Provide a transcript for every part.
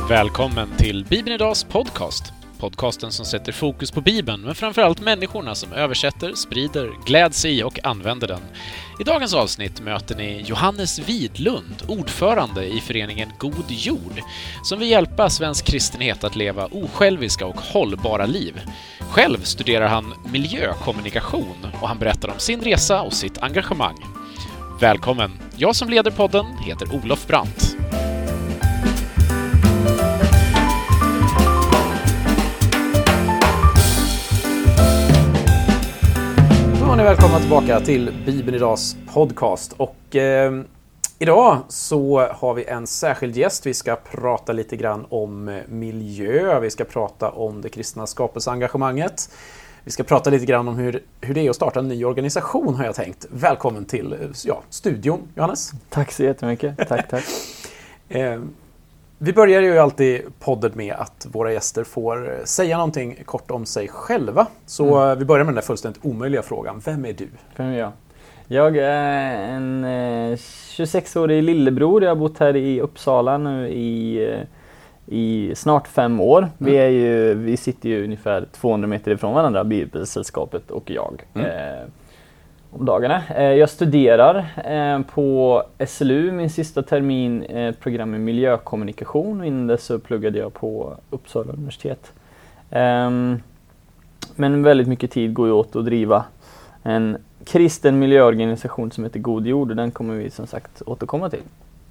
Välkommen till Bibeln Idags podcast. Podcasten som sätter fokus på Bibeln, men framförallt människorna som översätter, sprider, gläds i och använder den. I dagens avsnitt möter ni Johannes Widlund, ordförande i föreningen God Jord, som vill hjälpa svensk kristenhet att leva osjälviska och hållbara liv. Själv studerar han miljökommunikation och han berättar om sin resa och sitt engagemang. Välkommen! Jag som leder podden heter Olof Brandt. Ni är välkomna tillbaka till Bibeln Idags podcast. Och idag så har vi en särskild gäst. Vi ska prata lite grann om miljö. Vi ska prata om det kristna skapelseengagemanget. Vi ska prata lite grann om hur det är att starta en ny organisation, har jag tänkt. Välkommen till studion, Johannes. Tack så jättemycket. Tack. Vi börjar ju alltid podden med att våra gäster får säga någonting kort om sig själva. Så vi börjar med den där fullständigt omöjliga frågan. Vem är du? Vem är jag? Jag är en 26-årig lillebror. Jag har bott här i Uppsala nu i snart 5 år. Vi sitter ju ungefär 200 meter ifrån varandra, Bibelsällskapet och jag. Om dagarna. Jag studerar på SLU min sista termin program i miljökommunikation, och innan dess så pluggade jag på Uppsala universitet. Men väldigt mycket tid går ju åt att driva en kristen miljöorganisation som heter God Jord, och den kommer vi som sagt återkomma till.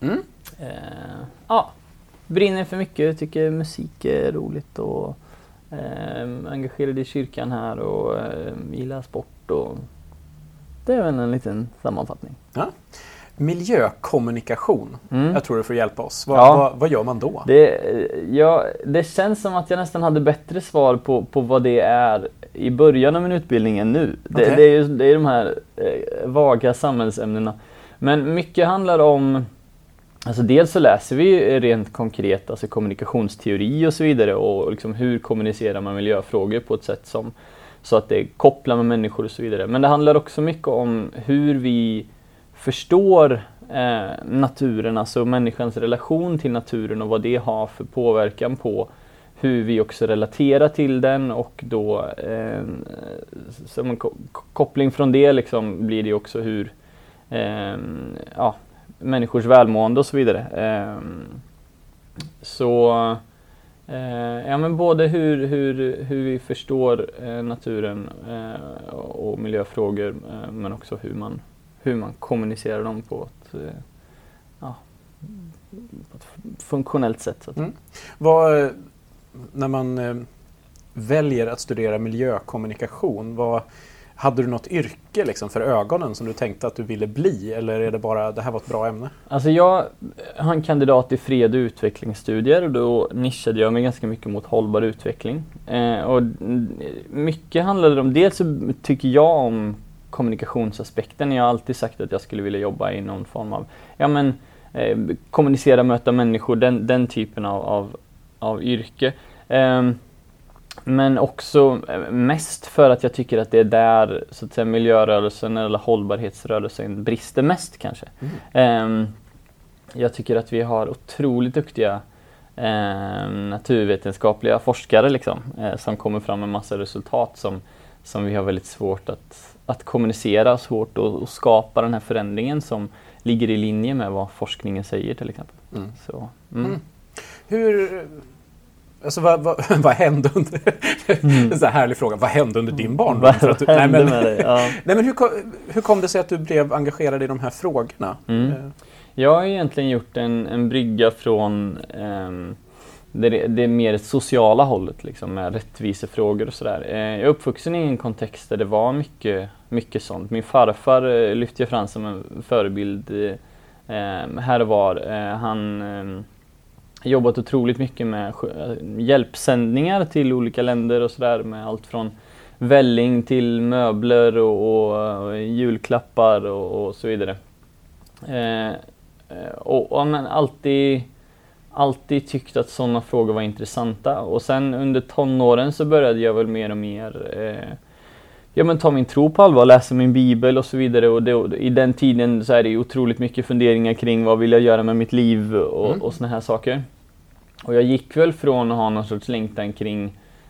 Brinner för mycket, tycker musik är roligt och engagerad i kyrkan här och gillar sport och det är väl en liten sammanfattning. Ja. Miljökommunikation. Jag tror du får hjälpa oss. Vad gör man då? Det känns som att jag nästan hade bättre svar på vad det är i början av min utbildning än nu. Det är de här vaga samhällsämnena. Men mycket handlar om, alltså dels så läser vi rent konkret, alltså kommunikationsteori och så vidare, och liksom hur kommunicerar man miljöfrågor på ett sätt så att det kopplar med människor och så vidare. Men det handlar också mycket om hur vi förstår naturen, alltså människans relation till naturen och vad det har för påverkan på hur vi också relaterar till den, och då som en koppling från det liksom blir det också hur människors välmående och så vidare. Men både hur vi förstår naturen och miljöfrågor, men också hur man kommunicerar dem på ett funktionellt sätt. Så att. När man väljer att studera miljökommunikation, hade du något yrke liksom för ögonen som du tänkte att du ville bli, eller är det bara det här var ett bra ämne? Alltså jag har en kandidat i fred- och utvecklingsstudier, och då nischade jag mig ganska mycket mot hållbar utveckling. Och mycket handlade om, dels så tycker jag om kommunikationsaspekten. Jag har alltid sagt att jag skulle vilja jobba i någon form av kommunicera, möta människor, den typen av yrke. Men också mest för att jag tycker att det är där så att säga miljörörelsen eller hållbarhetsrörelsen brister mest kanske. Jag tycker att vi har otroligt duktiga naturvetenskapliga forskare liksom, som kommer fram med massa resultat som vi har väldigt svårt att kommunicera, svårt att skapa den här förändringen som ligger i linje med vad forskningen säger till exempel. Alltså vad hände under en så här härlig fråga, vad hände under din barndom? Hur kom det sig att du blev engagerad i de här frågorna? Jag har egentligen gjort en brygga från det mer sociala hållet liksom, med rättvisefrågor och sådär. Jag är uppvuxen i en kontext där det var mycket sånt. Min farfar lyfte jag fram som en förebild här och var. Han jobbat otroligt mycket med hjälpsändningar till olika länder och sådär, med allt från välling till möbler och julklappar och så vidare. Men alltid tyckt att sådana frågor var intressanta, och sen under tonåren så började jag väl mer och mer ta min tro på allvar, läsa min bibel och så vidare, och i den tiden så är det otroligt mycket funderingar kring vad vill jag göra med mitt liv och såna här saker. Och jag gick väl från att ha någon sorts längtan kring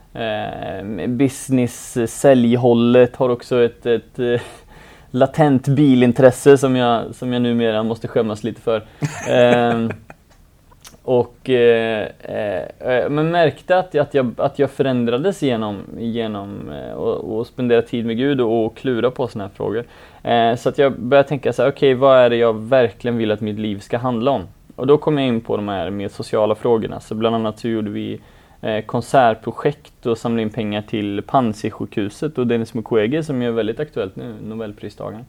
business-säljhållet, har också ett latent bilintresse som jag numera måste skämmas lite för. Men märkte att jag förändrades genom att spendera tid med Gud och klura på såna här frågor. Så att jag började tänka så här, okej, vad är det jag verkligen vill att mitt liv ska handla om? Och då kom jag in på de här mer sociala frågorna. Så bland annat så gjorde vi konsertprojekt och samlade in pengar till Panzisjukhuset och Denis Mukwege, som är väldigt aktuellt nu, Nobelpristagaren.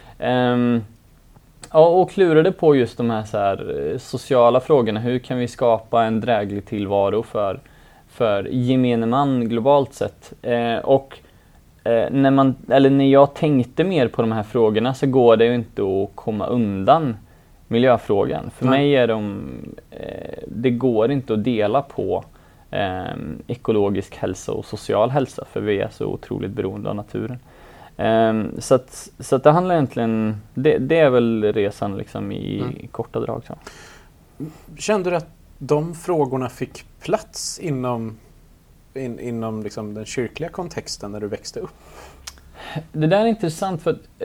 Och klurade på just de här, sociala frågorna. Hur kan vi skapa en dräglig tillvaro för gemene man globalt sett? När jag tänkte mer på de här frågorna så går det ju inte att komma undan miljöfrågan. För mig är det går inte att dela på ekologisk hälsa och social hälsa, för vi är så otroligt beroende av naturen. Så att det handlar egentligen, det är väl resan liksom i korta drag. Så. Kände du att de frågorna fick plats inom liksom den kyrkliga kontexten när du växte upp? Det där är intressant, för att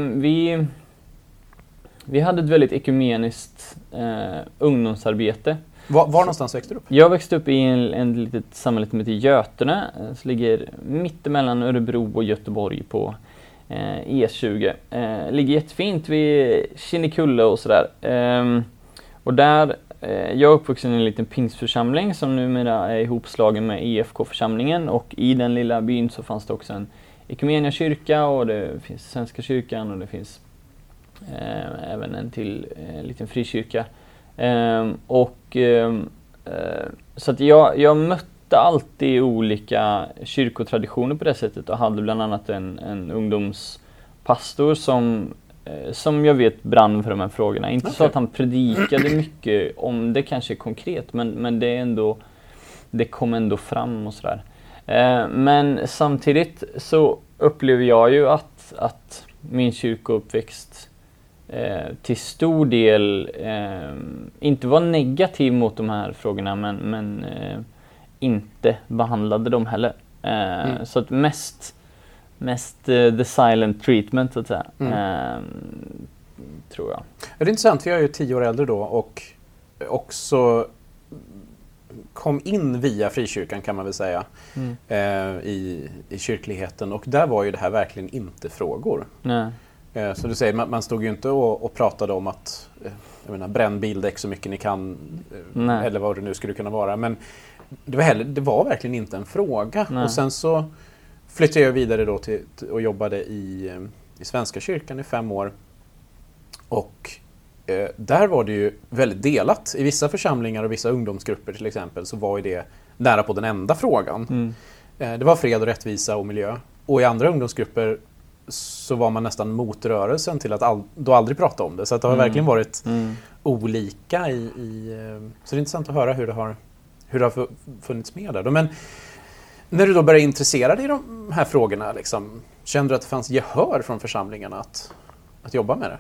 vi hade ett väldigt ekumeniskt ungdomsarbete. Var någonstans växte du upp? Jag växte upp i en litet samhälle som heter Götene, som ligger mitt emellan Örebro och Göteborg på E20. Ligger jättefint vid Kinnekulle och sådär. Och där, jag är uppvuxen i en liten pingstförsamling som numera är ihopslagen med EFK-församlingen, och i den lilla byn så fanns det också en Ekumeniakyrka, och det finns Svenska kyrkan, och det finns även en till liten frikyrka. Så att jag mötte alltid olika kyrkotraditioner på det sättet, och hade bland annat en ungdomspastor som jag vet brann för de här frågorna. Inte så att han predikade mycket om det kanske konkret, men det kom ändå fram och sådär. Men samtidigt så upplever jag ju att min kyrkouppväxt till stor del inte var negativ mot de här frågorna, men inte behandlade dem heller. Så att mest the silent treatment, så att säga, tror jag. Det är intressant, för jag är ju 10 år äldre då, och också kom in via frikyrkan, kan man väl säga, i kyrkligheten, och där var ju det här verkligen inte frågor. Nej. Så du säger, man stod ju inte och pratade om att bränn bildäck så mycket ni kan, eller vad det nu skulle kunna vara, men det var verkligen inte en fråga. Nej. Och sen så flyttade jag vidare då och jobbade i Svenska kyrkan i 5 år, och där var det ju väldigt delat. I vissa församlingar och vissa ungdomsgrupper till exempel så var ju det nära på den enda frågan. Det var fred och rättvisa och miljö, och i andra ungdomsgrupper så var man nästan mot rörelsen till att då aldrig prata om det. Så att det har verkligen varit olika så det är intressant att höra hur det har funnits med där. Men när du då började intressera dig i de här frågorna, liksom, kände du att det fanns gehör från församlingarna att jobba med det?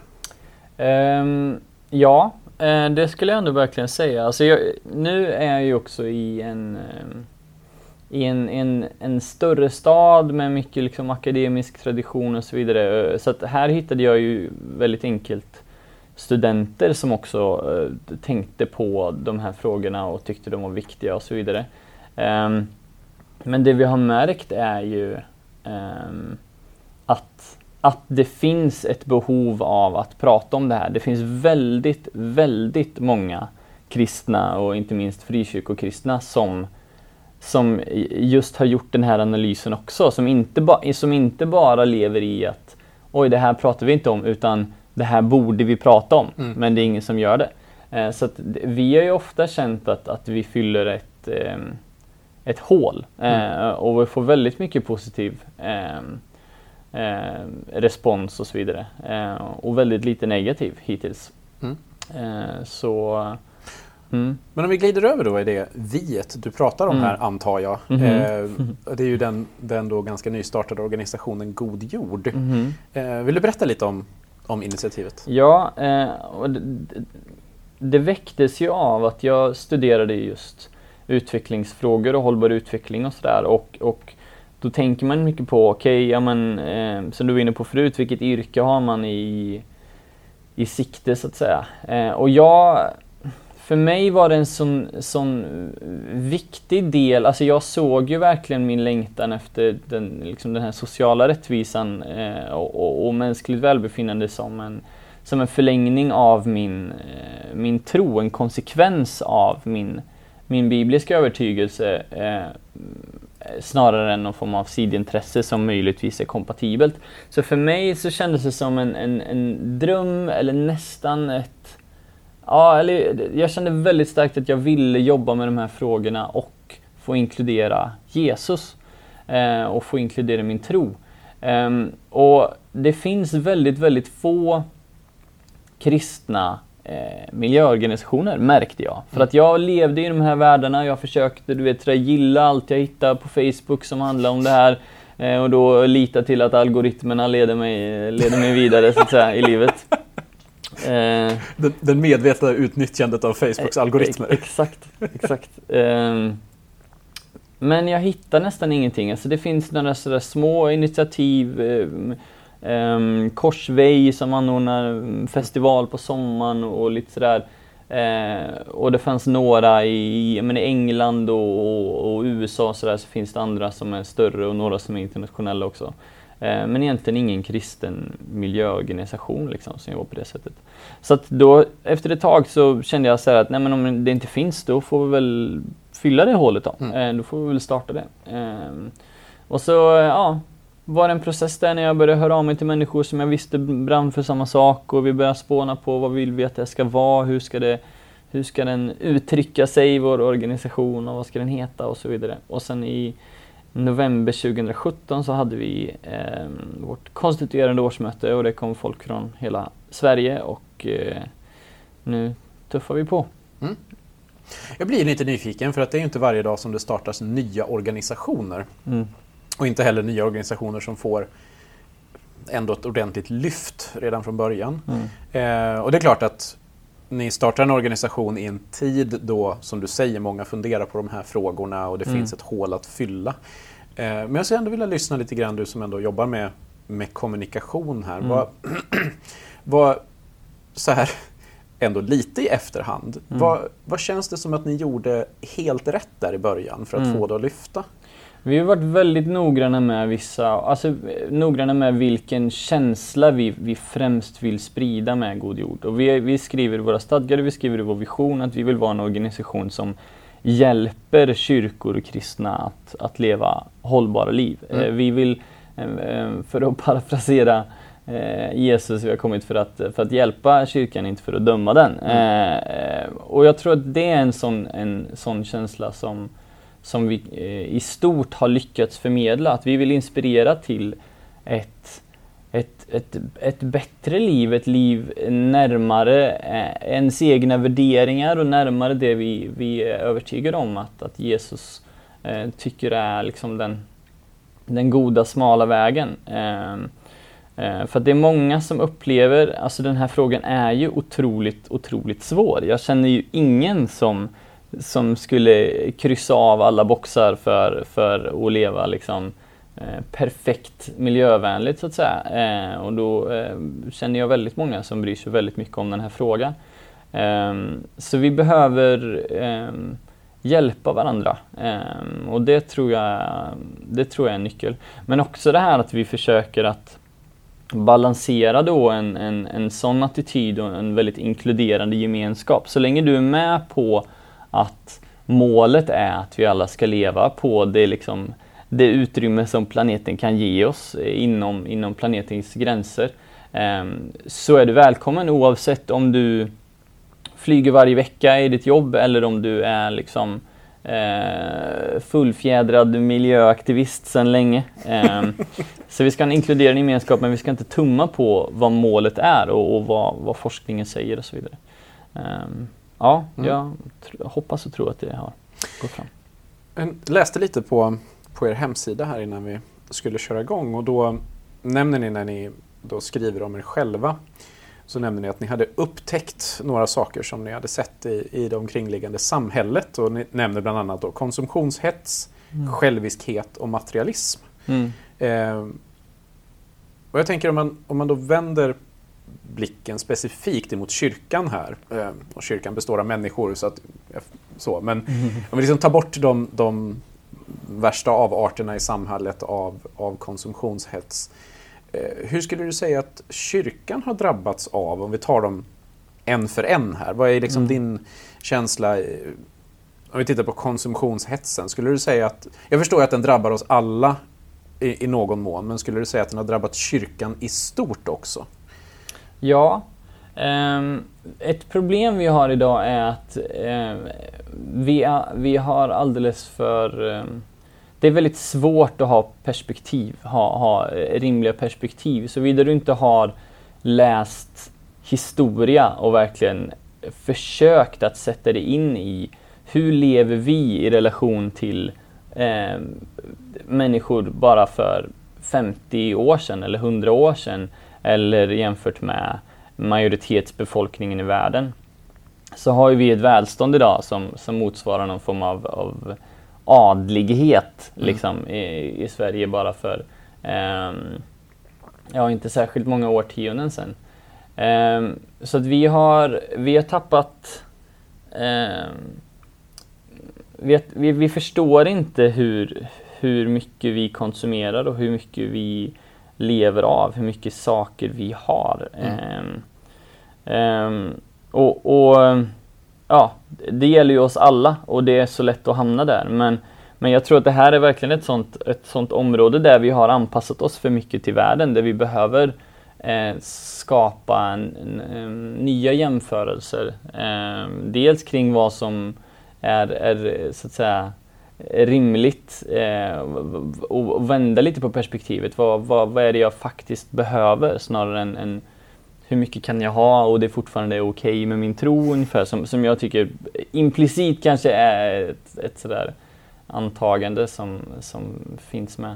Ja, det skulle jag ändå verkligen säga. Alltså nu är jag ju också i en större stad med mycket liksom akademisk tradition och så vidare. Så att här hittade jag ju väldigt enkelt studenter som också tänkte på de här frågorna och tyckte de var viktiga och så vidare. Men det vi har märkt är ju att det finns ett behov av att prata om det här. Det finns väldigt, väldigt många kristna, och inte minst frikyrkokristna, som just har gjort den här analysen också. Som inte bara lever i att oj, det här pratar vi inte om, utan det här borde vi prata om. Men det är ingen som gör det. Så att vi har ju ofta känt att vi fyller ett hål. Och vi får väldigt mycket positiv respons och så vidare. Och väldigt lite negativ hittills. Men om vi glider över då i det viet du pratar om här, antar jag. Det är ju den då ganska nystartade organisationen God jord. Vill du berätta lite om initiativet? Ja, det väcktes ju av att jag studerade just utvecklingsfrågor och hållbar utveckling och sådär. Och då tänker man mycket på, som du var inne på förut, vilket yrke har man i sikte så att säga. Och för mig var det en sån viktig del, alltså jag såg ju verkligen min längtan efter den här sociala rättvisan och mänskligt välbefinnande som en förlängning av min tro, en konsekvens av min bibliska övertygelse snarare än någon form av sidintresse som möjligtvis är kompatibelt. Så för mig så kändes det som en dröm eller nästan jag kände väldigt starkt att jag ville jobba med de här frågorna och få inkludera Jesus och få inkludera min tro. Och det finns väldigt, väldigt få kristna miljöorganisationer, märkte jag. För att jag levde i de här världarna, jag försökte gilla allt jag hittade på Facebook som handlar om det här och då lita till att algoritmerna leder mig vidare så att säga i livet. Den medvetna utnyttjandet av Facebooks algoritmer. Exakt. Men jag hittar nästan ingenting. Alltså det finns några sådär små initiativ, Korsväg som anordnar festival på sommaren och lite sådär. Och det fanns några i England och USA så finns det andra som är större och några som är internationella också. Men egentligen ingen kristen miljöorganisation liksom, som jobbar på det sättet. Så att då, efter ett tag så kände jag så här att om det inte finns, då får vi väl fylla det hålet då. Då får vi väl starta det. Och så var det en process där när jag började höra av mig till människor som jag visste brann för samma sak, och vi började spåna på vad vill vi att det ska vara, hur ska den uttrycka sig i vår organisation och vad ska den heta och så vidare. Och sen i november 2017 så hade vi vårt konstituerande årsmöte, och det kom folk från hela Sverige, och nu tuffar vi på. Jag blir lite nyfiken, för att det är ju inte varje dag som det startas nya organisationer. Och inte heller nya organisationer som får ändå ett ordentligt lyft redan från början. Och det är klart att ni startar en organisation i en tid då, som du säger, många funderar på de här frågorna och det finns ett hål att fylla. Men jag skulle ändå vilja lyssna lite grann, du som ändå jobbar med kommunikation här. Vad så här ändå lite i efterhand, vad känns det som att ni gjorde helt rätt där i början för att få det att lyfta? Vi har varit väldigt noggranna med vilken känsla vi främst vill sprida med God jord. Och vi skriver i våra stadgar, vi skriver i vår vision att vi vill vara en organisation som hjälper kyrkor och kristna att leva hållbara liv. Vi vill, för att parafrasera Jesus, vi har kommit för att hjälpa kyrkan, inte för att döma den. Och jag tror att det är en sån känsla som vi i stort har lyckats förmedla, att vi vill inspirera till ett bättre liv, ett liv närmare ens egna värderingar och närmare det vi är övertygade om att Jesus tycker är liksom den goda smala vägen. För att det är många som upplever, alltså den här frågan är ju otroligt svår. Jag känner ju ingen som skulle kryssa av alla boxar för att leva liksom perfekt miljövänligt så att säga. Och då känner jag väldigt många som bryr sig väldigt mycket om den här frågan. Så vi behöver hjälpa varandra. Och det tror jag är en nyckel. Men också det här att vi försöker att balansera då en sån attityd och en väldigt inkluderande gemenskap. Så länge du är med på att målet är att vi alla ska leva på det utrymme som planeten kan ge oss inom planetens gränser, så är du välkommen oavsett om du flyger varje vecka i ditt jobb eller om du är liksom fullfjädrad miljöaktivist sedan länge. Så vi ska ha en inkluderande gemenskap, men vi ska inte tumma på vad målet är och vad forskningen säger och så vidare. Jag hoppas och tror att det har gått fram. Jag läste lite på er hemsida här innan vi skulle köra igång, och då nämner ni, när ni då skriver om er själva, så nämnde ni att ni hade upptäckt några saker som ni hade sett i det omkringliggande samhället. Och ni nämnde bland annat då konsumtionshets, själviskhet och materialism. Och jag tänker om man då vänder blicken specifikt emot kyrkan här. Och kyrkan består av människor, men om vi liksom tar bort de värsta avarterna i samhället av konsumtionshets. Hur skulle du säga att kyrkan har drabbats av, om vi tar dem en för en här? Vad är liksom din känsla om vi tittar på konsumtionshetsen? Skulle du säga att, jag förstår att den drabbar oss alla i någon mån, men skulle du säga att den har drabbat kyrkan i stort också? Ja, ett problem vi har idag är att vi har alldeles för... det är väldigt svårt att ha perspektiv, ha rimliga perspektiv. Så vidare du inte har läst historia och verkligen försökt att sätta det in i hur lever vi i relation till människor bara för 50 år sedan eller 100 år sedan, eller jämfört med majoritetsbefolkningen i världen, så har ju vi ett välstånd idag som motsvarar någon form av adlighet liksom, i Sverige bara för inte särskilt många årtionden sedan. Så att vi har tappat vi förstår inte hur mycket vi konsumerar och hur mycket vi lever av, hur mycket saker vi har. Det gäller ju oss alla och det är så lätt att hamna där. Men jag tror att det här är verkligen ett sånt område där vi har anpassat oss för mycket till världen, där vi behöver skapa nya jämförelser. Dels kring vad som är så att säga rimligt och vända lite på perspektivet. Vad är det jag faktiskt behöver, snarare än hur mycket kan jag ha och det fortfarande är okej med min tro ungefär, som jag tycker implicit kanske är ett sådär antagande som finns med.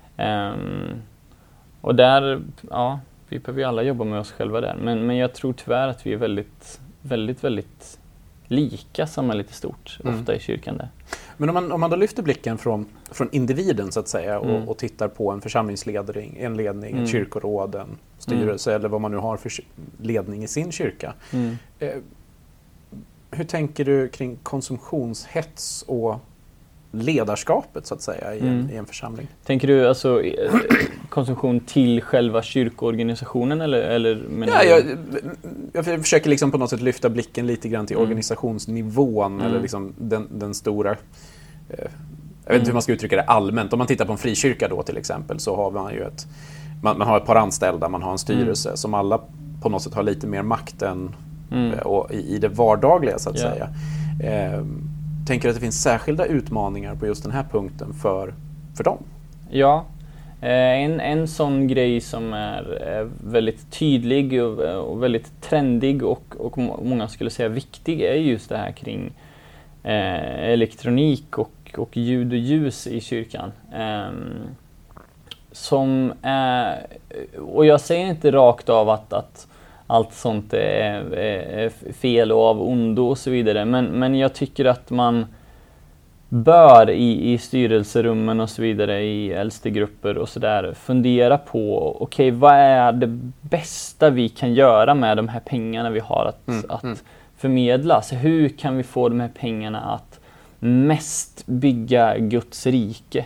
Och där, vi behöver ju alla jobba med oss själva där. Men jag tror tyvärr att vi är väldigt, väldigt, väldigt lika samhället i stort, ofta i kyrkan där. Men om man då lyfter blicken från individen så att säga och tittar på en församlingsledning, en ledning, ett kyrkoråd, en styrelse eller vad man nu har för ledning i sin kyrka. Hur tänker du kring konsumtionshets och ledarskapet så att säga i en församling? Tänker du alltså konsumtion till själva kyrkoorganisationen eller jag försöker liksom på något sätt lyfta blicken lite grann till organisationsnivån eller liksom den stora jag vet inte hur man ska uttrycka det allmänt. Om man tittar på en frikyrka då till exempel, så har man ju man har ett par anställda, man har en styrelse som alla på något sätt har lite mer makt än och i det vardagliga så att säga. Tänker du att det finns särskilda utmaningar på just den här punkten för dem? Ja, en sån grej som är väldigt tydlig och väldigt trendig och många skulle säga viktig är just det här kring elektronik och ljud och ljus i kyrkan. Och jag säger inte rakt av att allt sånt är fel och av ondo och så vidare. Men jag tycker att man bör i styrelserummen och så vidare, i äldstegrupper och sådär, fundera på vad är det bästa vi kan göra med de här pengarna vi har att förmedla. Så hur kan vi få de här pengarna att mest bygga Guds rike?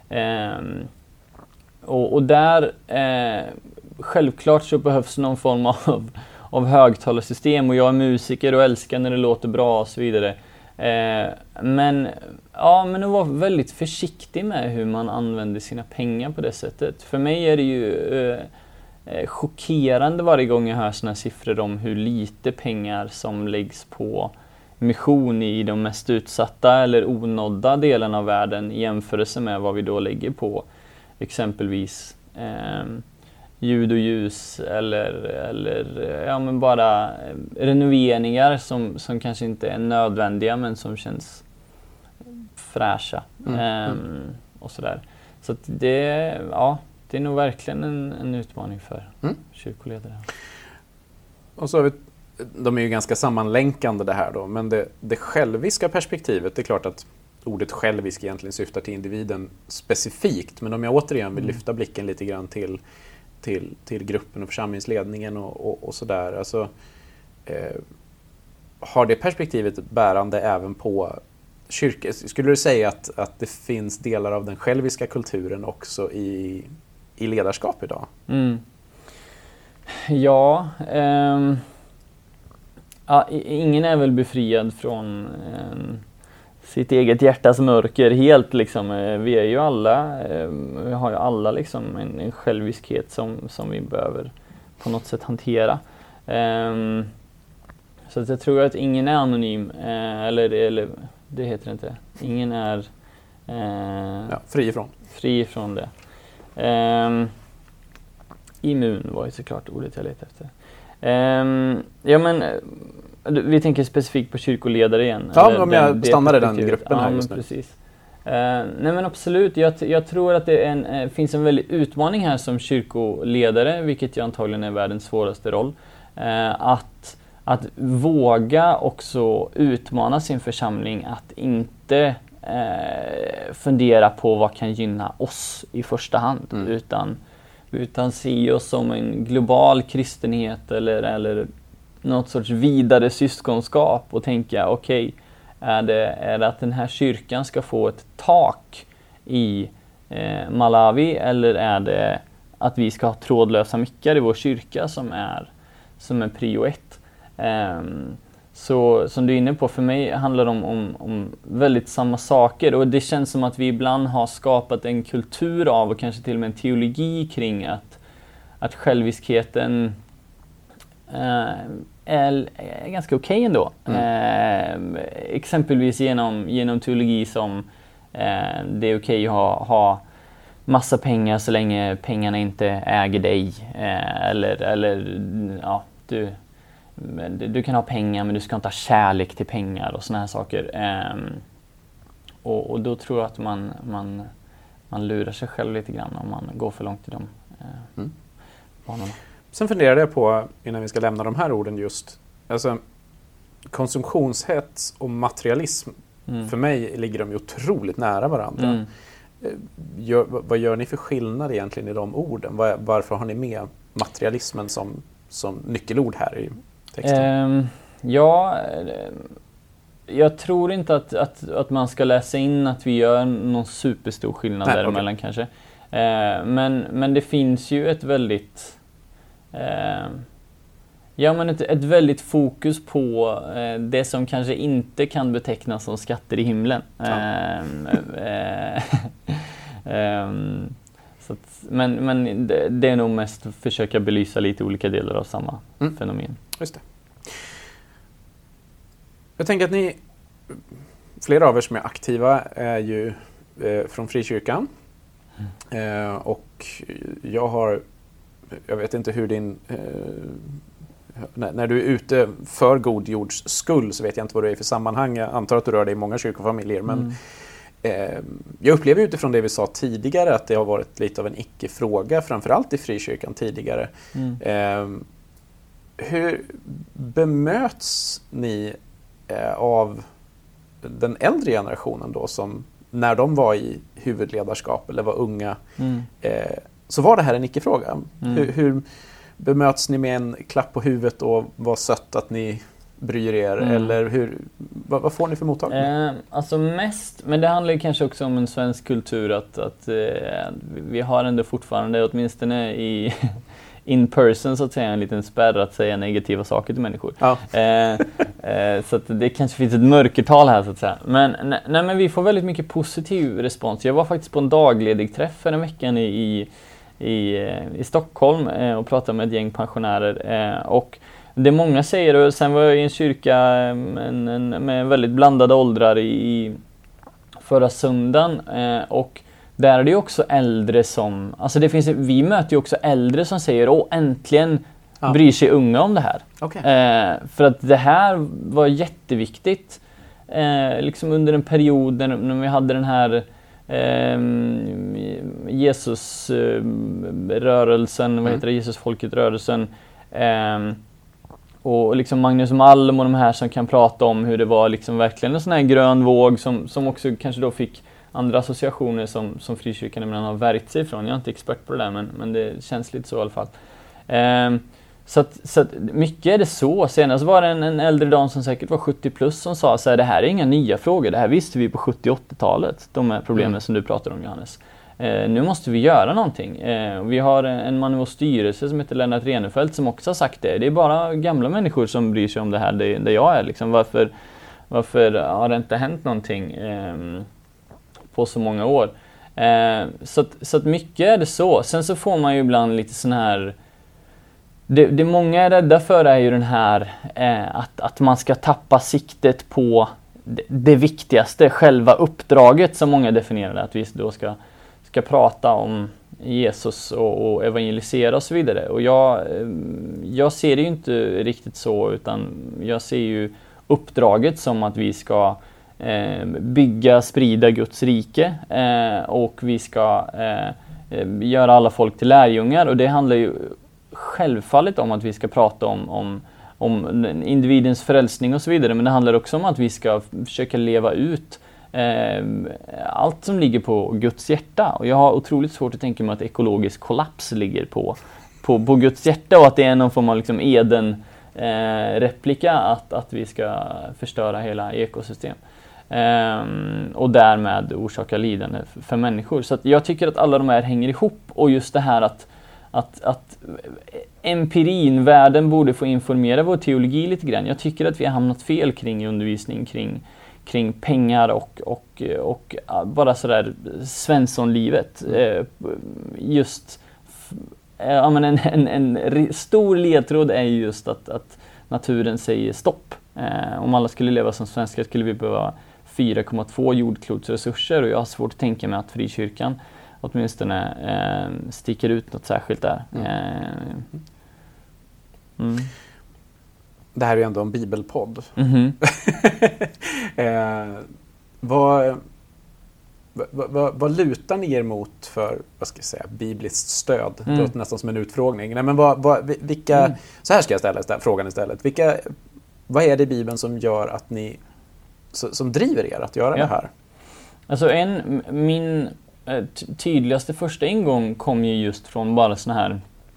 Och där självklart så behövs någon form av högtalarsystem, och jag är musiker och älskar när det låter bra och så vidare. Men att vara väldigt försiktig med hur man använder sina pengar på det sättet. För mig är det ju chockerande varje gång jag hör såna siffror om hur lite pengar som läggs på mission i de mest utsatta eller onådda delarna av världen i jämförelse med vad vi då lägger på exempelvis ljud och ljus eller bara renoveringar som kanske inte är nödvändiga men som känns fräscha och sådär. Så att det är nog verkligen en utmaning för kyrkoledare. Och så har vi, de är ju ganska sammanlänkande det här då, men det själviska perspektivet, det är klart att ordet självisk egentligen syftar till individen specifikt, men om jag återigen vill lyfta blicken lite grann till gruppen och församlingsledningen och sådär, alltså, har det perspektivet bärande även på kyrkan? Skulle du säga att det finns delar av den själviska kulturen också i ledarskap idag? Ja, ingen är väl befriad från sitt eget hjärtas mörker helt liksom. Vi är ju alla, vi har ju alla liksom en själviskhet som vi behöver på något sätt hantera. Så att jag tror att ingen är anonym, eller det heter inte. Ingen är fri ifrån det. Immun var ju såklart ordet jag letade efter. Ja, men vi tänker specifikt på kyrkoledare igen. Ja, om jag stannar i den gruppen här just nu. Precis. Nej men absolut, jag tror att det finns en väldig utmaning här som kyrkoledare, vilket ju antagligen är världens svåraste roll. Att våga också utmana sin församling, att inte fundera på vad kan gynna oss i första hand, utan se oss som en global kristenhet eller något sorts vidare syskonskap och tänka okej, är det att den här kyrkan ska få ett tak i Malawi, eller är det att vi ska ha trådlösa mickar i vår kyrka som är prio 1? Så som du är inne på, för mig handlar det om väldigt samma saker, och det känns som att vi ibland har skapat en kultur av, och kanske till och med en teologi kring att själviskheten är ganska okej ändå. Exempelvis genom teologi som det är okej att ha massa pengar så länge pengarna inte äger dig, eller ja, du kan ha pengar men du ska inte ha kärlek till pengar och såna här saker. Och då tror jag att man lurar sig själv lite grann om man går för långt i de banorna. Sen funderade jag på, innan vi ska lämna de här orden, just alltså, konsumtionshets och materialism. För mig ligger de ju otroligt nära varandra. Vad gör ni för skillnad egentligen i de orden? Varför har ni med materialismen som nyckelord här i texten? Jag tror inte att man ska läsa in att vi gör någon superstor skillnad däremellan kanske. Men det finns ju ett väldigt ett väldigt fokus på det som kanske inte kan betecknas som skatter i himlen. Men det är nog mest att försöka belysa lite olika delar av samma fenomen. Just det. Jag tänker att flera av er som är aktiva är ju från Frikyrkan. Och jag vet inte hur när du är ute för god jords skull, så vet jag inte vad du är för sammanhang. Jag antar att du rör dig i många kyrkofamiljer, men jag upplever utifrån det vi sa tidigare att det har varit lite av en icke-fråga, framförallt i Frikyrkan tidigare. Hur bemöts ni av den äldre generationen då, som när de var i huvudledarskap eller var unga, så var det här en icke-fråga? Hur bemöts ni med en klapp på huvudet och vad sött att ni bryr er? Eller vad får ni för mottagning? Alltså mest, men det handlar ju kanske också om en svensk kultur att vi har ändå fortfarande, åtminstone in person så att säga, en liten spärr att säga negativa saker till människor. Ja. Så att det kanske finns ett mörkertal här så att säga. Men vi får väldigt mycket positiv respons. Jag var faktiskt på en dagledig träff för en veckan i Stockholm och pratade med ett gäng pensionärer. Och det många säger, och sen var jag i en kyrka med väldigt blandade åldrar i förra söndagen, och där är det ju också äldre som, alltså vi möter ju också äldre som säger äntligen bryr sig unga om det här. Okay. För att det här var jätteviktigt liksom under en period när vi hade den här Jesusrörelsen, vad heter det, Jesusfolket-rörelsen, och liksom Magnus Malm och de här som kan prata om hur det var liksom verkligen en sån här grön våg som också kanske då fick andra associationer som frikyrkan ibland har värjt sig ifrån. Jag är inte expert på det där, men det känns lite så i alla fall. Så att mycket är det så. Senast var det en äldre dam som säkert var 70 plus som sa så här: det här är inga nya frågor, det här visste vi på 70-80-talet, de här problemen som du pratar om, Johannes. Nu måste vi göra någonting. Vi har en man i vår styrelse som heter Lennart Renefelt som också har sagt det. Det är bara gamla människor som bryr sig om det här där jag är. Liksom. Varför har det inte hänt någonting på så många år? Så att mycket är det så. Sen så får man ju ibland lite sån här... Det många är rädda för är ju den här att man ska tappa siktet på det viktigaste, själva uppdraget som många definierar det, att vi då ska prata om Jesus och evangelisera och så vidare. Och jag ser det ju inte riktigt så, utan jag ser ju uppdraget som att vi ska sprida Guds rike och vi ska göra alla folk till lärjungar, och det handlar ju självfallet om att vi ska prata om individens frälsning och så vidare, men det handlar också om att vi ska försöka leva ut allt som ligger på Guds hjärta. Och jag har otroligt svårt att tänka mig att ekologisk kollaps ligger på Guds hjärta, och att det är någon form av liksom Eden replika att vi ska förstöra hela ekosystem och därmed orsaka lidande för människor. Så att jag tycker att alla de här hänger ihop, och just det här att empirin, världen borde få informera vår teologi lite grann. Jag tycker att vi har hamnat fel kring undervisning kring pengar och bara sådär Svenssonlivet. Just en stor ledtråd är just att naturen säger stopp. Om alla skulle leva som svenskar skulle vi behöva 4,2 jordklotsresurser, och jag har svårt att tänka mig att frikyrkan åtminstone sticker ut något särskilt där. Det här är ju ändå en bibelpodd. Vad lutar ni er mot för, vad ska jag säga, bibliskt stöd? Det låter nästan som en utfrågning. Nej, men så här ska jag ställa frågan istället. Vad är det i Bibeln som gör att ni som driver er att göra det här? Alltså min tydligaste första ingång kom ju just från bara såna här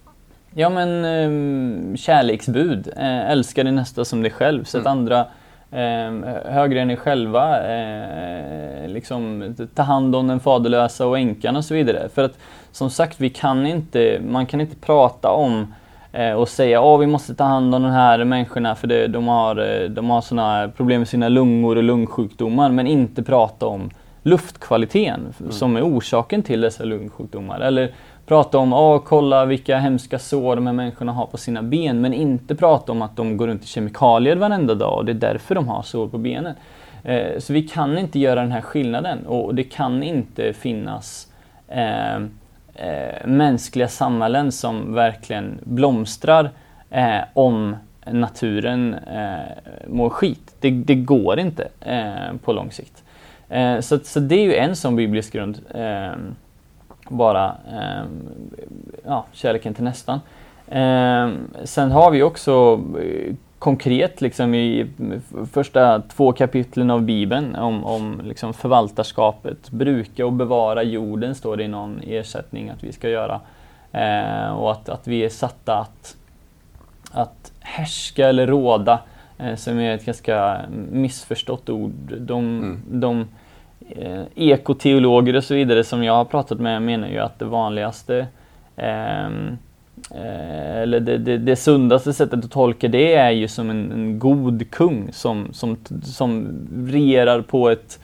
kärleksbud. Älska din nästa som dig själv. Sätt andra högre än er själva. Liksom, ta hand om den faderlösa och änkan och så vidare. För att som sagt, man kan inte prata om och säga vi måste ta hand om de här människorna för de har såna problem med sina lungor och lungsjukdomar, men inte prata om luftkvaliteten som är orsaken till dessa lungsjukdomar. Eller prata om, kolla vilka hemska sår de här människorna har på sina ben, men inte prata om att de går runt i kemikalier varenda dag och det är därför de har sår på benen. Så vi kan inte göra den här skillnaden, och det kan inte finnas mänskliga samhällen som verkligen blomstrar om naturen mår skit. Det går inte på lång sikt. Så det är ju en sån biblisk grund. Kärleken till nästan. Sen har vi också konkret liksom i första 2 kapitlen av Bibeln om liksom förvaltarskapet, bruka och bevara jorden, står det i någon ersättning att vi ska göra. Och att vi är satta att härska eller råda, som är ett ganska missförstått ord. De ekoteologer och så vidare som jag har pratat med menar ju att det vanligaste eller det sundaste sättet att tolka det är ju som en god kung som regerar på ett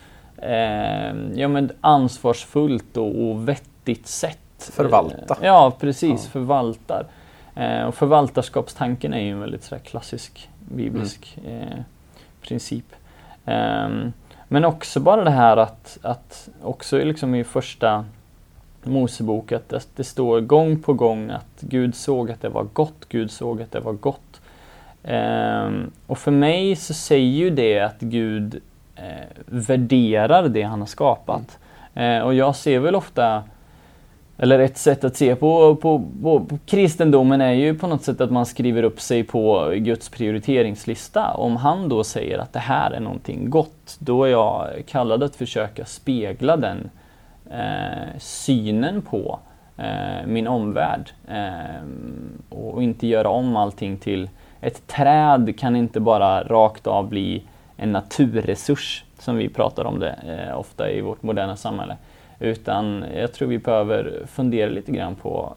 ansvarsfullt och vettigt sätt. Förvalta. Ja, precis. Förvaltar. Och förvaltarskapstanken är ju en väldigt sådär klassisk biblisk princip. Men också bara det här att också liksom i första Mosebok att det står gång på gång att Gud såg att det var gott, Gud såg att det var gott. Och för mig så säger ju det att Gud värderar det han har skapat. Och jag ser väl ofta eller ett sätt att se på kristendomen är ju på något sätt att man skriver upp sig på Guds prioriteringslista. Om han då säger att det här är någonting gott, då är jag kallad att försöka spegla den synen på min omvärld. Och inte göra om allting till ett träd kan inte bara rakt av bli en naturresurs som vi pratar om det ofta i vårt moderna samhälle. Utan jag tror vi behöver fundera lite grann på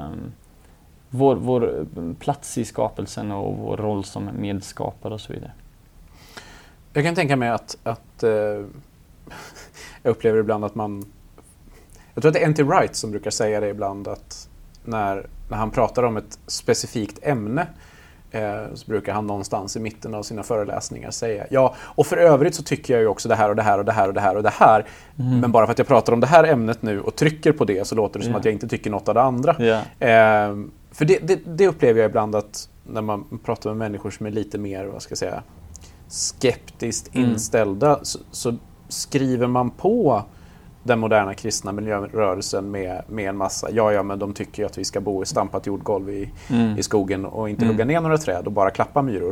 vår plats i skapelsen och vår roll som medskapare och så vidare. Jag kan tänka mig att jag upplever ibland att jag tror att det är N.T. Wright som brukar säga det ibland, att när han pratar om ett specifikt ämne så brukar han någonstans i mitten av sina föreläsningar säga ja, och för övrigt så tycker jag ju också det här och det här och det här och det här och det här. Men bara för att jag pratar om det här ämnet nu och trycker på det så låter det som att jag inte tycker något av det andra. För det upplever jag ibland, att när man pratar med människor som är lite mer, vad ska jag säga, skeptiskt inställda så skriver man på den moderna kristna miljörörelsen med en massa, men de tycker ju att vi ska bo i stampat jordgolv i skogen och inte hugga ner några träd och bara klappa myror.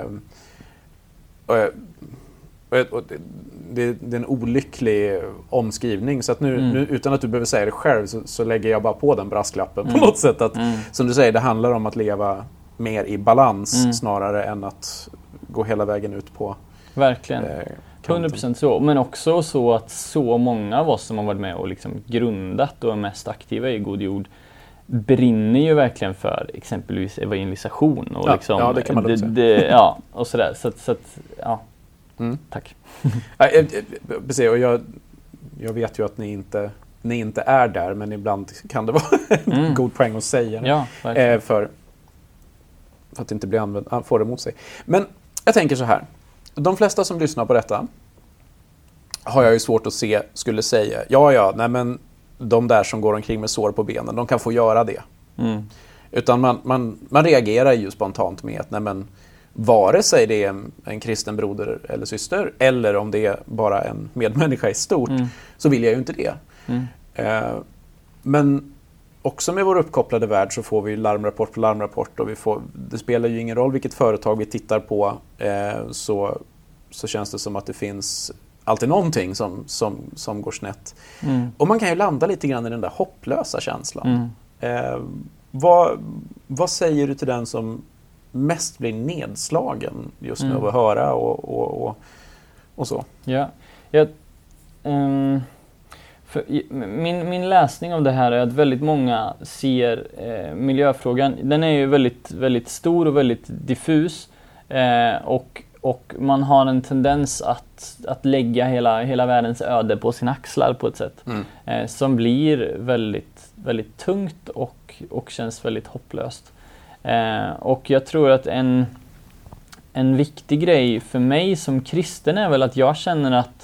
Och det är en olycklig omskrivning, så att nu utan att du behöver säga det själv så lägger jag bara på den brasklappen på något sätt, att som du säger, det handlar om att leva mer i balans snarare än att gå hela vägen ut på verkligen 100% så, men också så att så många av oss som har varit med och liksom grundat och är mest aktiva i God jord brinner ju verkligen för exempelvis evangelisation och liksom, det kan man säga. Och sådär, så att tack. Precis, och jag vet ju att ni inte är där, men ibland kan det vara en god poäng att säga för att inte bli få det mot sig. Men jag tänker så här, de flesta som lyssnar på detta har jag ju svårt att se skulle säga nej men de där som går omkring med sår på benen, de kan få göra det. Utan man reagerar ju spontant med att nej men, vare sig det är en kristen broder eller syster eller om det är bara en medmänniska i stort, så vill jag ju inte det. Men också med vår uppkopplade värld så får vi larmrapport på larmrapport, och det spelar ju ingen roll vilket företag vi tittar på, så känns det som att det finns alltid någonting som går snett. Och man kan ju landa lite grann i den där hopplösa känslan. Vad säger du till den som mest blir nedslagen just nu av att höra och så? För min läsning av det här är att väldigt många ser miljöfrågan, den är ju väldigt, väldigt stor och väldigt diffus, och man har en tendens att lägga hela världens öde på sina axlar på ett sätt som blir väldigt, väldigt tungt och känns väldigt hopplöst. Och jag tror att en viktig grej för mig som kristen är väl att jag känner att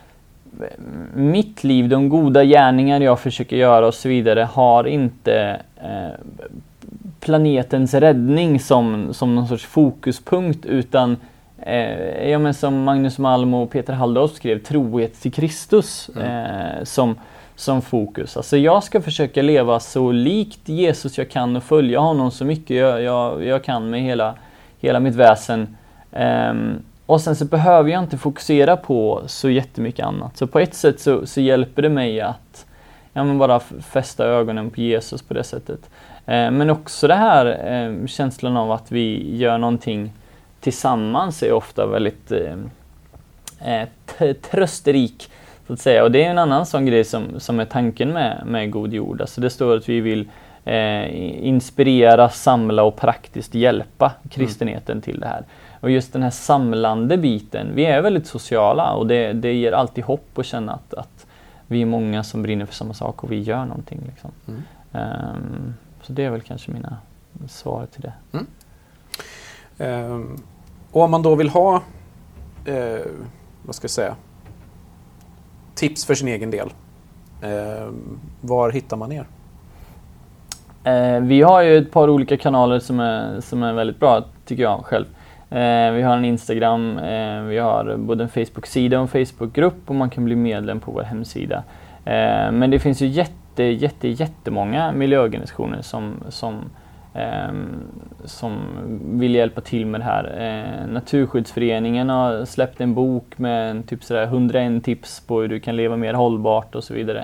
mitt liv, de goda gärningar jag försöker göra och så vidare, har inte planetens räddning som någon sorts fokuspunkt, utan men som Magnus Malm och Peter Halldorf skrev, trohet till Kristus som fokus. Alltså jag ska försöka leva så likt Jesus jag kan och följa honom så mycket jag kan med hela mitt väsen. Och sen så behöver jag inte fokusera på så jättemycket annat. Så på ett sätt så hjälper det mig att bara fästa ögonen på Jesus på det sättet. Men också det här känslan av att vi gör någonting tillsammans är ofta väldigt trösterik, så att säga. Och det är en annan sån grej som är tanken med God jord. Alltså det står att vi vill inspirera, samla och praktiskt hjälpa kristenheten till det här. Och just den här samlande biten, vi är väldigt sociala, och det ger alltid hopp att känna att vi är många som brinner för samma sak och vi gör någonting. Liksom. Så det är väl kanske mina svar till det. Och om man då vill ha vad ska jag säga, tips för sin egen del, var hittar man er? Vi har ju ett par olika kanaler som är väldigt bra, tycker jag själv. Vi har en Instagram, vi har både en Facebook-sida och en Facebook-grupp, och man kan bli medlem på vår hemsida. Men det finns ju jättemånga miljöorganisationer som vill hjälpa till med det här. Naturskyddsföreningen har släppt en bok med typ sådär 101 tips på hur du kan leva mer hållbart och så vidare.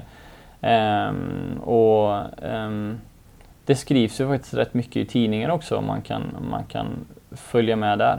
Det skrivs ju faktiskt rätt mycket i tidningar också. Man kan följa med där.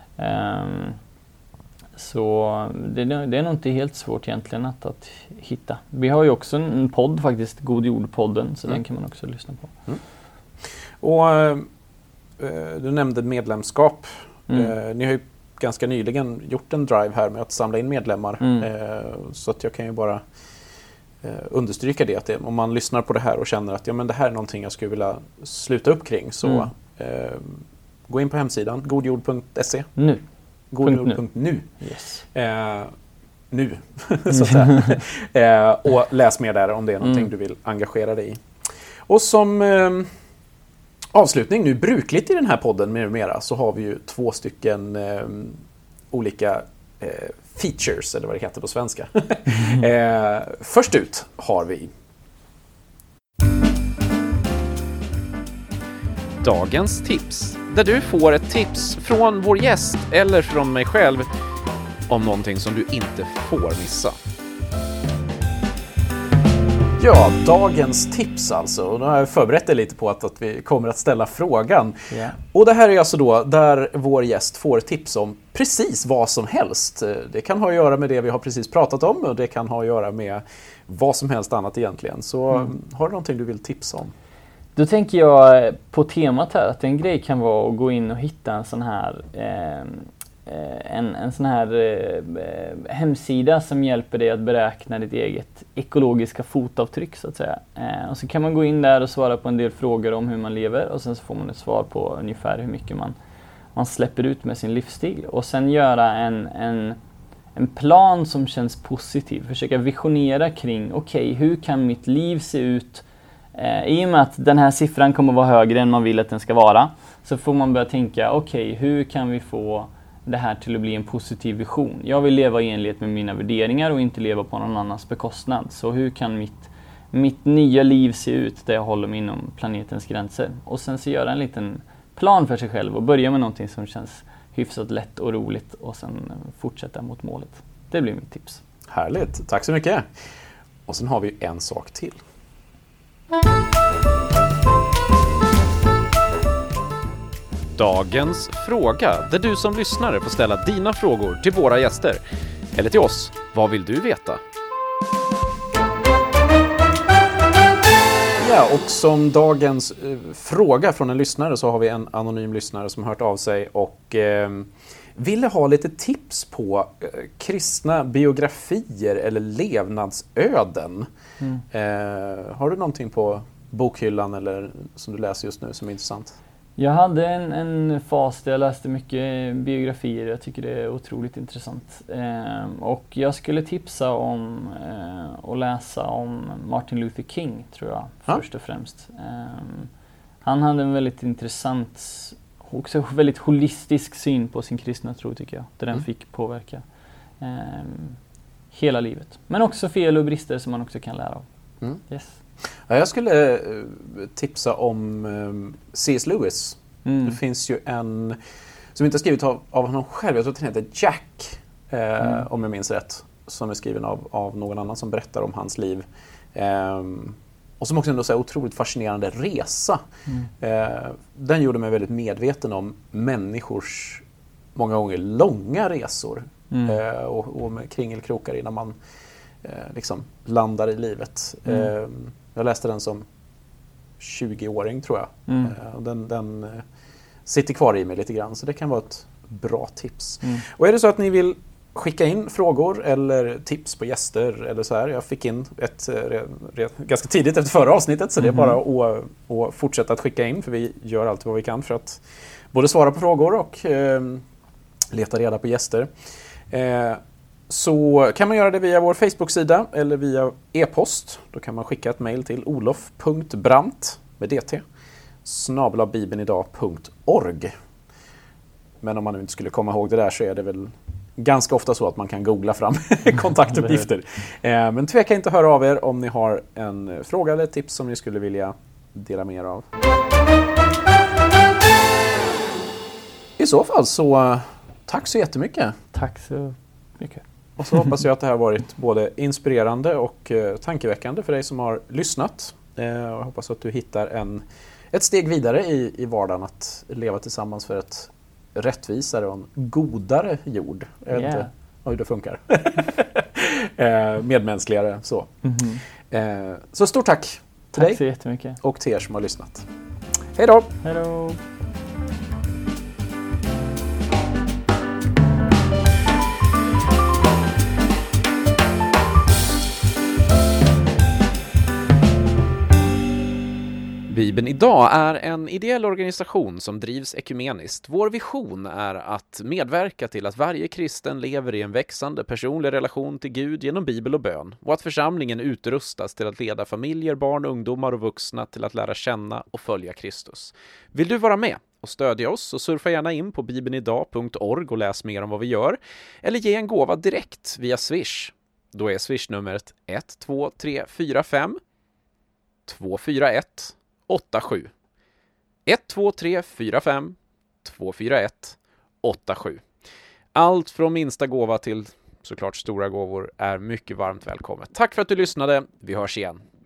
Så det är nog inte helt svårt egentligen att hitta. Vi har ju också en podd faktiskt, God Jord-podden, så den kan man också lyssna på. Och du nämnde medlemskap. Ni har ju ganska nyligen gjort en drive här med att samla in medlemmar. Så att jag kan ju bara understryka det, att om man lyssnar på det här och känner att det här är någonting jag skulle vilja sluta upp kring, så gå in på hemsidan godjord.se. Godjord.nu. Yes. Nu, så att säga. Och läs mer där om det är någonting du vill engagera dig i. Och som avslutning, nu brukligt i den här podden med mera, så har vi ju 2 stycken olika features, eller vad det heter på svenska. Först ut har vi Dagens tips, där du får ett tips från vår gäst eller från mig själv om någonting som du inte får missa. Ja, dagens tips alltså. Och då har jag förberett dig lite på att vi kommer att ställa frågan. Yeah. Och det här är alltså då där vår gäst får tips om precis vad som helst. Det kan ha att göra med det vi har precis pratat om, och det kan ha att göra med vad som helst annat egentligen. Så har du någonting du vill tipsa om? Då tänker jag på temat här, att en grej kan vara att gå in och hitta en sån här en sån här hemsida som hjälper dig att beräkna ditt eget ekologiska fotavtryck, så att säga. Och så kan man gå in där och svara på en del frågor om hur man lever, och sen så får man ett svar på ungefär hur mycket man släpper ut med sin livsstil. Och sen göra en plan som känns positiv. Försöka visionera kring, okej, hur kan mitt liv se ut? I och med att den här siffran kommer vara högre än man vill att den ska vara, så får man börja tänka, okej, hur kan vi få det här till att bli en positiv vision? Jag vill leva i enlighet med mina värderingar och inte leva på någon annans bekostnad. Så hur kan mitt nya liv se ut där jag håller mig inom planetens gränser? Och sen så göra en liten plan för sig själv och börja med någonting som känns hyfsat lätt och roligt, och sen fortsätta mot målet. Det blir mitt tips. Härligt, tack så mycket. Och sen har vi en sak till. Dagens fråga, där du som lyssnare får ställa dina frågor till våra gäster. Eller till oss. Vad vill du veta? Ja, och som dagens fråga från en lyssnare så har vi en anonym lyssnare som har hört av sig och ville ha lite tips på kristna biografier eller levnadsöden. Har du någonting på bokhyllan eller som du läser just nu som är intressant? Jag hade en fas där jag läste mycket biografier. Jag tycker det är otroligt intressant. Och jag skulle tipsa om att läsa om Martin Luther King, tror jag, först och främst. Han hade en väldigt intressant, också väldigt holistisk syn på sin kristna tro, tycker jag. Där den fick påverka hela livet. Men också fel och brister som man också kan lära av. Yes. Ja, jag skulle tipsa om C.S. Lewis. Det finns ju en som inte är skrivet av honom själv. Jag tror att den heter Jack, om jag minns rätt. Som är skriven av någon annan som berättar om hans liv. Och som också ändå är en otroligt fascinerande resa. Den gjorde mig väldigt medveten om människors många gånger långa resor. Och med kringelkrokar innan man liksom landar i livet. Jag läste den som 20-åring, tror jag. Och den sitter kvar i mig lite grann, så det kan vara ett bra tips. Och är det så att ni vill skicka in frågor eller tips på gäster eller så här. Jag fick in ett ganska tidigt efter förra avsnittet, så det är bara att fortsätta att skicka in, för vi gör allt vad vi kan för att både svara på frågor och leta reda på gäster. Så kan man göra det via vår Facebook-sida eller via e-post. Då kan man skicka ett mejl till olof.brandt med dt @bibelnidag.org. Men om man nu inte skulle komma ihåg det där, så är det väl ganska ofta så att man kan googla fram kontaktuppgifter. Men tveka inte att höra av er om ni har en fråga eller tips som ni skulle vilja dela med er av. I så fall så tack så jättemycket. Tack så mycket. Och så hoppas jag att det här har varit både inspirerande och tankeväckande för dig som har lyssnat. Jag hoppas att du hittar ett steg vidare i vardagen att leva tillsammans för ett rättvisare och en godare jord. Jag vet inte hur det funkar. Medmänskligare så. Så stort tack till dig så jättemycket. Och till er som har lyssnat. Hej då! Hej då! Bibeln idag är en ideell organisation som drivs ekumeniskt. Vår vision är att medverka till att varje kristen lever i en växande personlig relation till Gud genom Bibel och bön och att församlingen utrustas till att leda familjer, barn, ungdomar och vuxna till att lära känna och följa Kristus. Vill du vara med och stödja oss så surfa gärna in på bibelnidag.org och läs mer om vad vi gör eller ge en gåva direkt via Swish. Då är Swish-numret 12345 241 87 12345 241 87. Allt från minsta gåva till såklart stora gåvor är mycket varmt välkommet. Tack för att du lyssnade. Vi hörs igen.